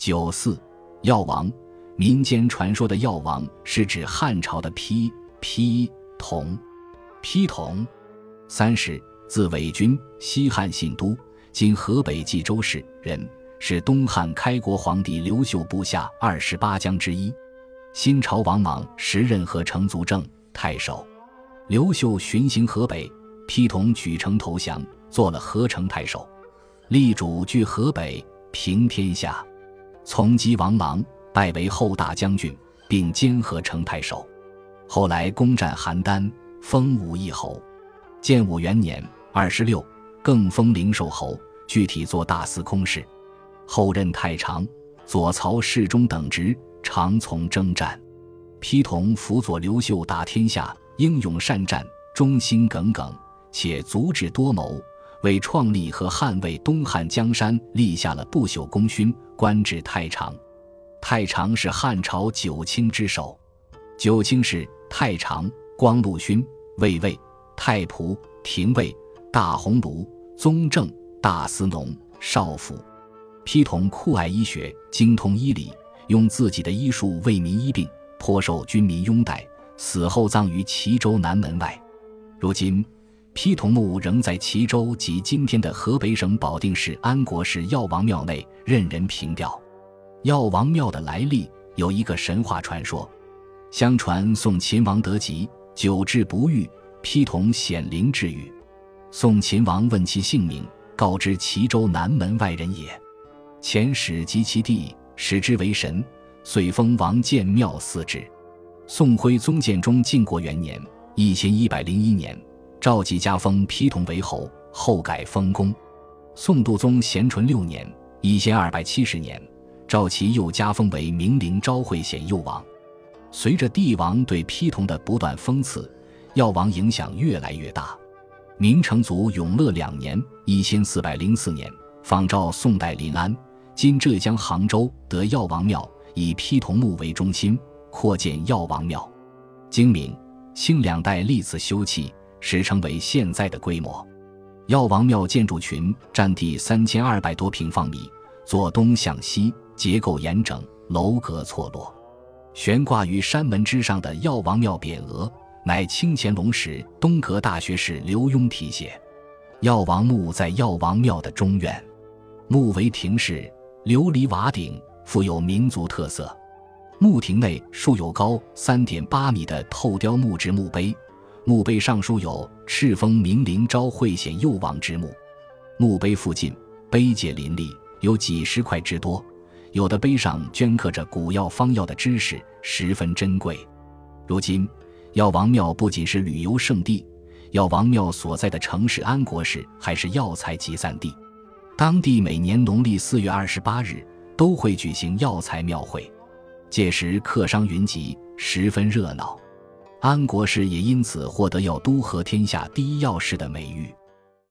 94药王，民间传说的药王是指汉朝的丕统。丕统30，字韦君，西汉信都（今河北冀州市）人，是东汉开国皇帝刘秀部下28将之一。新朝王莽时任河城族正太守。刘秀巡行河北，丕统举城投降，做了河城太守。力主据河北，平天下。从击王莽，拜为后大将军，并兼河城太守。后来攻占邯郸，封武义侯。建武元年26，更封灵寿侯，具体做大司空事。后任太常、左曹侍中等职，常从征战。丕统辅佐刘秀打天下，英勇善战，忠心耿耿，且足智多谋，为创立和捍卫东汉江山立下了不朽功勋，官至太常。太常是汉朝9卿之首。9卿是太常、光禄勋、卫尉、太仆、廷尉、大鸿胪、宗正、大司农、少府。丕统酷爱医学，精通医理，用自己的医术为民医病，颇受军民拥戴，死后葬于齐州南门外。如今丕统墓仍在齐州及今天的河北省保定市安国市药王庙内，任人凭吊。药王庙的来历有一个神话传说。相传宋秦王得疾，久治不愈，丕统显灵治愈。宋秦王问其姓名，告知齐州南门外人也。遣使及其地，使之为神，遂封王建庙祀之。宋徽宗建中靖国元年1101年，赵佶加封丕统为侯，后改封公。宋度宗咸淳6年1270年，赵齐又加封为明陵昭惠显佑王。随着帝王对丕统的不断封赐，药王影响越来越大。明成祖永乐2年1404年，仿照宋代临安（今浙江杭州）得药王庙，以丕统墓为中心，扩建药王庙。经明、清2代历次修葺，使成为现在的规模。药王庙建筑群占地3200多平方米，坐东向西，结构严整，楼阁错落。悬挂于山门之上的药王庙匾额，乃清乾隆时东阁大学士刘墉题写。药王墓在药王庙的中院，墓为亭式，琉璃瓦顶，富有民族特色。墓亭内竖有高 3.8 米的透雕木质墓碑，墓碑上书有敕封明陵昭惠显佑王之墓。墓碑附近碑碣林立，有几十块之多，有的碑上镌刻着古药方药的知识，十分珍贵。如今药王庙不仅是旅游胜地，药王庙所在的城市安国市还是药材集散地。当地每年农历4月28日都会举行药材庙会，届时客商云集，十分热闹。安国市也因此获得药都和天下第一药市的美誉。